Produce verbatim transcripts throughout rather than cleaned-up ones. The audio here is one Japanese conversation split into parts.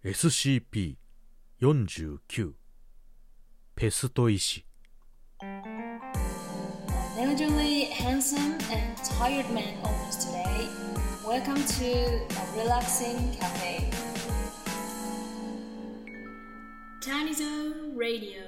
エスシーピーよんじゅうきゅう ペスト医師。 An elderly, handsome, and tired man opens today. Welcome to a relaxing cafe. Tanizo Radio.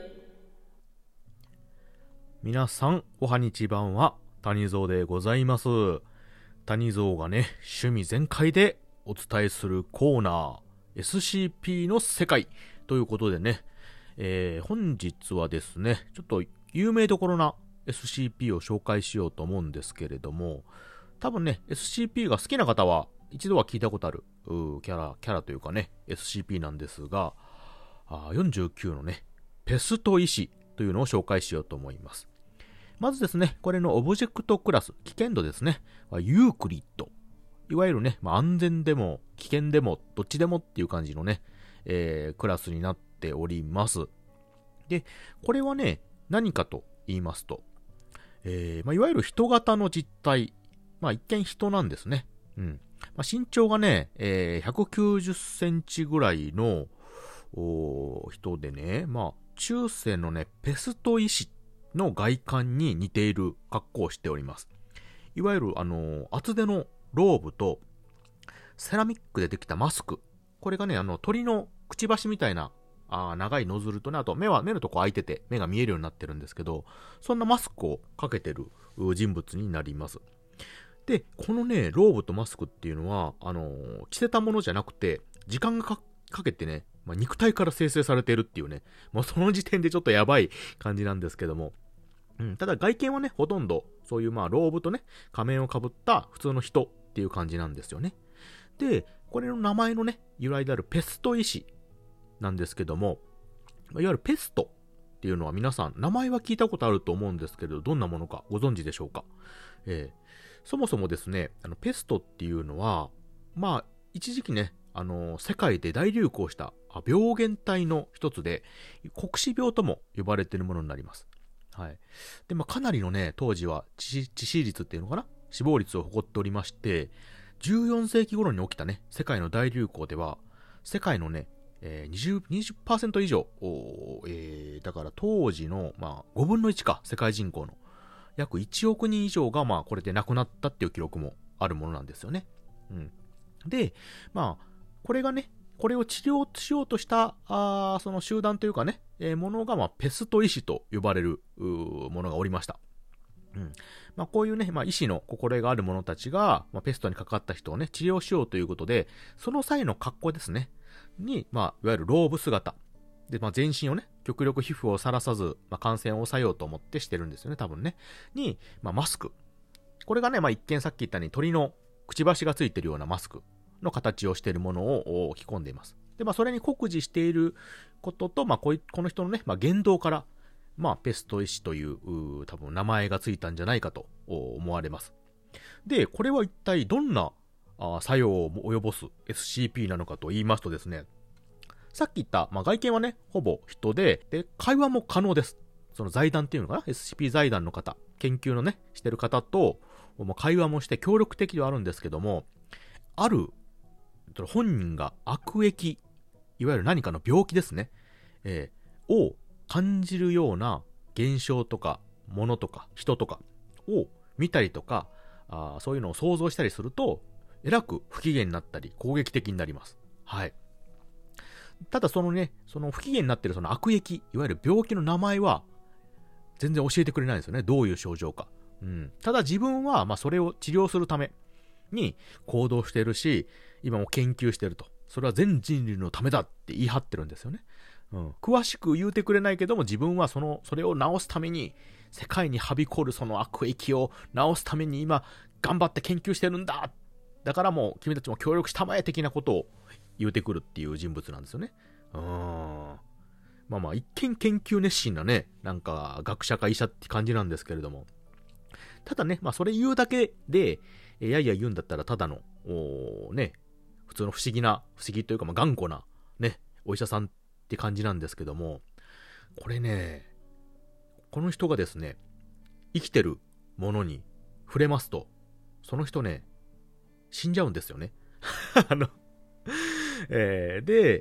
皆さんおはにちばんは、谷蔵でございます。谷蔵がね、趣味全開でお伝えするコーナー エスシーピー の世界ということでね、えー、本日はですね、ちょっと有名どころな エスシーピー を紹介しようと思うんですけれども、多分ね エスシーピー が好きな方は一度は聞いたことあるキャラキャラというかね エスシーピー なんですが、あよんじゅうきゅうのねペスト医師というのを紹介しようと思います。まずですね、これのオブジェクトクラス、危険度ですね、ユークリッド、いわゆるね、まあ、安全でも危険でもどっちでもっていう感じのね、えー、クラスになっております。で、これはね、何かと言いますと、えーまあ、いわゆる人型の実体、まあ一見人なんですね。うん。まあ、身長がね、えー、ひゃくきゅうじゅっセンチぐらいの人でね、まあ中世のね、ペスト医師の外観に似ている格好をしております。いわゆるあの厚手のローブとセラミックでできたマスク。これがね、あの鳥のくちばしみたいなあ長いノズルとね、あと目は目のとこ開いてて目が見えるようになってるんですけど、そんなマスクをかけてる人物になります。で、このね、ローブとマスクっていうのは、あのー、着せたものじゃなくて、時間が か, かけてね、まあ、肉体から生成されているっていうね、もうその時点でちょっとやばい感じなんですけども、うん、ただ外見はね、ほとんど、そういうまあ、ローブとね、仮面をかぶった普通の人っていう感じなんですよね。で、これの名前のね、由来であるペスト医師なんですけども、いわゆるペストっていうのは皆さん、名前は聞いたことあると思うんですけど、どんなものかご存知でしょうか。えーそもそもですね、あのペストっていうのは、まあ、一時期ね、あの、世界で大流行した病原体の一つで、黒死病とも呼ばれているものになります。はい。で、まあ、かなりのね、当時は致死率っていうのかな、死亡率を誇っておりまして、じゅうよんせいき頃に起きたね、世界の大流行では、世界のね、えー、にじゅう、にじゅっパーセント 以上、えー、だから当時の、まあ、ごぶんのいちか、世界人口の。約いちおくにん以上がまあこれで亡くなったっていう記録もあるものなんですよね。うん。で、まあ、これがね、これを治療しようとした、あその集団というかね、えー、ものがまあペスト医師と呼ばれるものがおりました。うん。まあこういうね、まあ医師の心得がある者たちが、まあ、ペストにかかった人をね、治療しようということで、その際の格好ですね、に、まあいわゆるローブ姿。で、まあ、全身をね、極力皮膚をさらさず、まあ、感染を抑えようと思ってしてるんですよね、多分ね。に、まあ、マスク。これがね、まあ、一見さっき言ったように鳥のくちばしがついてるようなマスクの形をしているものを着込んでいます。で、まあ、それに酷似していることと、まあ、こいこの人のね、まあ、言動から、まあ、ペスト医師という、う多分名前がついたんじゃないかと思われます。で、これは一体どんなあ作用を及ぼす エスシーピー なのかと言いますとですね、さっき言った、まあ、外見はね、ほぼ人で、で、会話も可能です。その財団っていうのかな ?エスシーピー 財団の方、研究のね、してる方と、まあ、会話もして協力的ではあるんですけども、ある、本人が悪疫、いわゆる何かの病気ですね、えー、を感じるような現象とか、ものとか、人とかを見たりとか、あそういうのを想像したりすると、えらく不機嫌になったり、攻撃的になります。はい。ただそのね、その不機嫌になってるその悪疫、いわゆる病気の名前は全然教えてくれないんですよね。どういう症状か。うん。ただ自分はまあそれを治療するために行動しているし、今も研究していると。それは全人類のためだって言い張ってるんですよね。うん。詳しく言うてくれないけども、自分はそのそれを治すために世界にはびこるその悪疫を治すために今頑張って研究してるんだ。だからもう君たちも協力したまえ的なことを言うてくるっていう人物なんですよね。うーん。まあまあ、一見研究熱心なね、なんか学者か医者って感じなんですけれども。ただね、まあそれ言うだけで、いやいや言うんだったらただの、おね、普通の不思議な、不思議というかまあ頑固な、ね、お医者さんって感じなんですけども、これね、この人がですね、生きてるものに触れますと、その人ね、死んじゃうんですよね。あの、えー、で、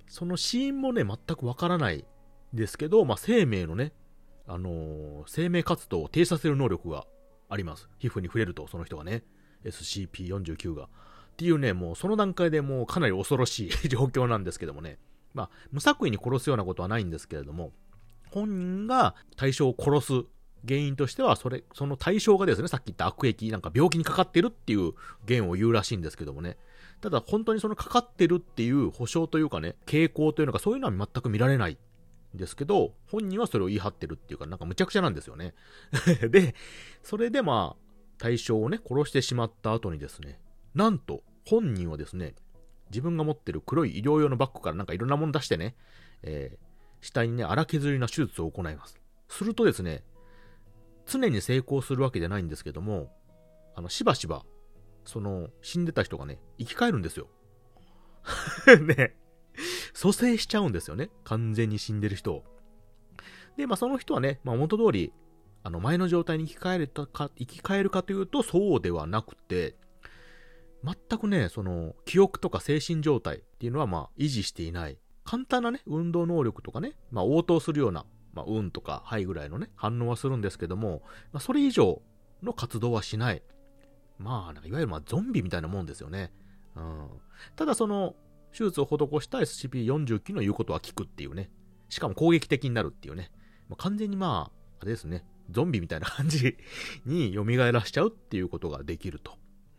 その死因もね、全くわからないですけど、まあ、生命のね、あのー、生命活動を停止させる能力があります。皮膚に触れると、その人がね、エスシーピーよんじゅうきゅう が。っていうね、もうその段階でもうかなり恐ろしい状況なんですけどもね。まあ、無作為に殺すようなことはないんですけれども、本人が対象を殺す原因としては、それ、その対象がですね、さっき言った悪役、なんか病気にかかってるっていう言を言うらしいんですけどもね。ただ本当にそのかかってるっていう保証というかね、傾向というのかそういうのは全く見られないんですけど、本人はそれを言い張ってるっていうか、なんかむちゃくちゃなんですよね。で、それでまあ、対象をね、殺してしまった後にですね、なんと本人はですね、自分が持ってる黒い医療用のバッグからなんかいろんなもの出してね、えー、死体にね、荒削りな手術を行います。するとですね、常に成功するわけじゃないんですけども、あの、しばしば、その、死んでた人がね、生き返るんですよ。ね。蘇生しちゃうんですよね。完全に死んでる人を。で、まあその人はね、まあ元通り、あの、前の状態に生き返れたか、生き返るかというと、そうではなくて、全くね、その、記憶とか精神状態っていうのはまあ維持していない。簡単なね、運動能力とかね、まあ応答するような、まあ運とか肺ぐらいのね、反応はするんですけども、まあそれ以上の活動はしない。まあ、なんかいわゆるまあゾンビみたいなもんですよね。うん。ただその、手術を施した エスシーピーよんじゅうきゅう の言うことは聞くっていうね。しかも攻撃的になるっていうね。まあ、完全にまあ、あれですね。ゾンビみたいな感じに蘇らしちゃうっていうことができると。うん。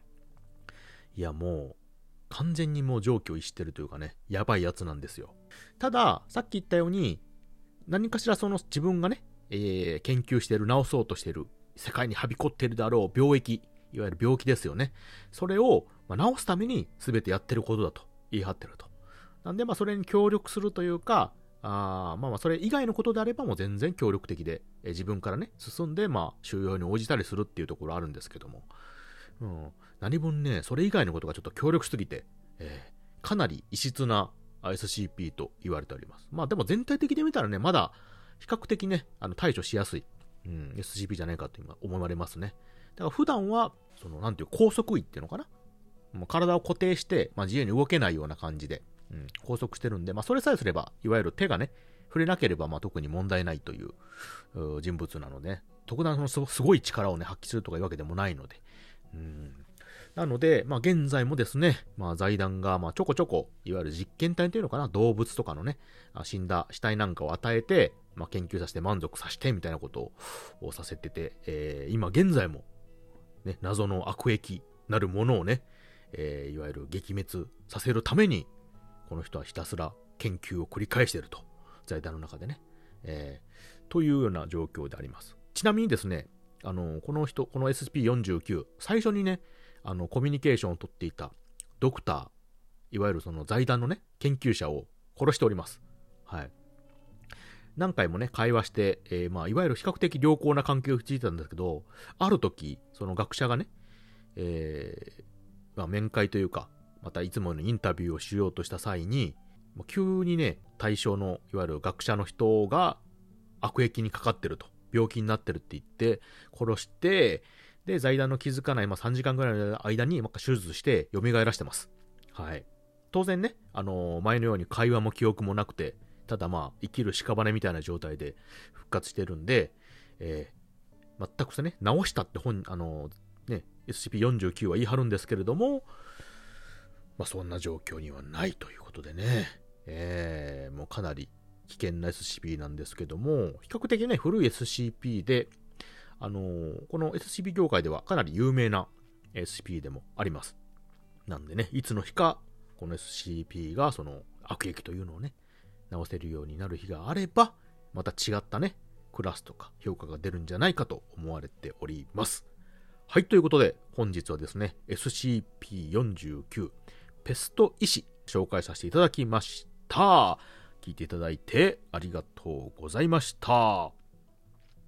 いやもう、完全にもう常軌を逸してるというかね、やばいやつなんですよ。ただ、さっき言ったように、何かしらその自分がね、えー、研究している、治そうとしている、世界にはびこっているであろう病液、いわゆる病気ですよね。それを、まあ、治すために全てやってることだと言い張ってると。なんでまあそれに協力するというか、あまあまあそれ以外のことであればもう全然協力的で、え自分からね、進んでまあ収容に応じたりするっていうところあるんですけども。うん、何分ね、それ以外のことがちょっと協力しすぎて、えー、かなり異質な エスシーピー と言われております。まあでも全体的で見たらね、まだ比較的ね、あの対処しやすい、うん、エスシーピー じゃないかと今思われますね。だから普段は、そのなんていう拘束位っていうのかな、もう体を固定して、まあ、自由に動けないような感じで、うん、拘束してるんで、まあそれさえすれば、いわゆる手がね、触れなければまあ特に問題ないという、う人物なので、特段そのすごい力をね、発揮するとかいうわけでもないので、うん、なので、まあ現在もですね、まあ財団がまあちょこちょこ、いわゆる実験体というのかな、動物とかのね、死んだ死体なんかを与えて、まあ研究させて満足させてみたいなことをさせてて、えー、今現在も、ね、謎の悪役なるものをね、えー、いわゆる撃滅させるために、この人はひたすら研究を繰り返していると。財団の中でね。えー、というような状況であります。ちなみにですね、あの、この人、この エスシーピーよんじゅうきゅう、最初にね、あの、コミュニケーションを取っていたドクター、いわゆるその財団のね、研究者を殺しております。はい。何回もね、会話して、えー、まあ、いわゆる比較的良好な関係を築いてたんですけど、ある時、その学者がね、えー、まあ、面会というか、またいつものインタビューをしようとした際に、急にね、対象の、いわゆる学者の人が悪役にかかってると、病気になってるって言って、殺して、で、財団の気づかない、まあ、さんじかんぐらいの間に、まあ、手術して、蘇らしてます。はい。当然ね、あのー、前のように会話も記憶もなくて、ただまあ、生きる屍みたいな状態で復活してるんで、えー、全くね、治したって本、あのー、ね、エスシーピーよんじゅうきゅう は言い張るんですけれども、まあ、そんな状況にはないということでね、えー、もうかなり危険な エスシーピー なんですけども、比較的ね、古い エスシーピー で、あのー、この エスシーピー 業界ではかなり有名な エスシーピー でもあります。なんでね、いつの日か、この エスシーピー がその悪役というのをね、直せるようになる日があれば、また違ったね、クラスとか評価が出るんじゃないかと思われております。はい、ということで、本日はですね、エスシーピーよんじゅうきゅう、ペスト医師、紹介させていただきました。聞いていただいてありがとうございました。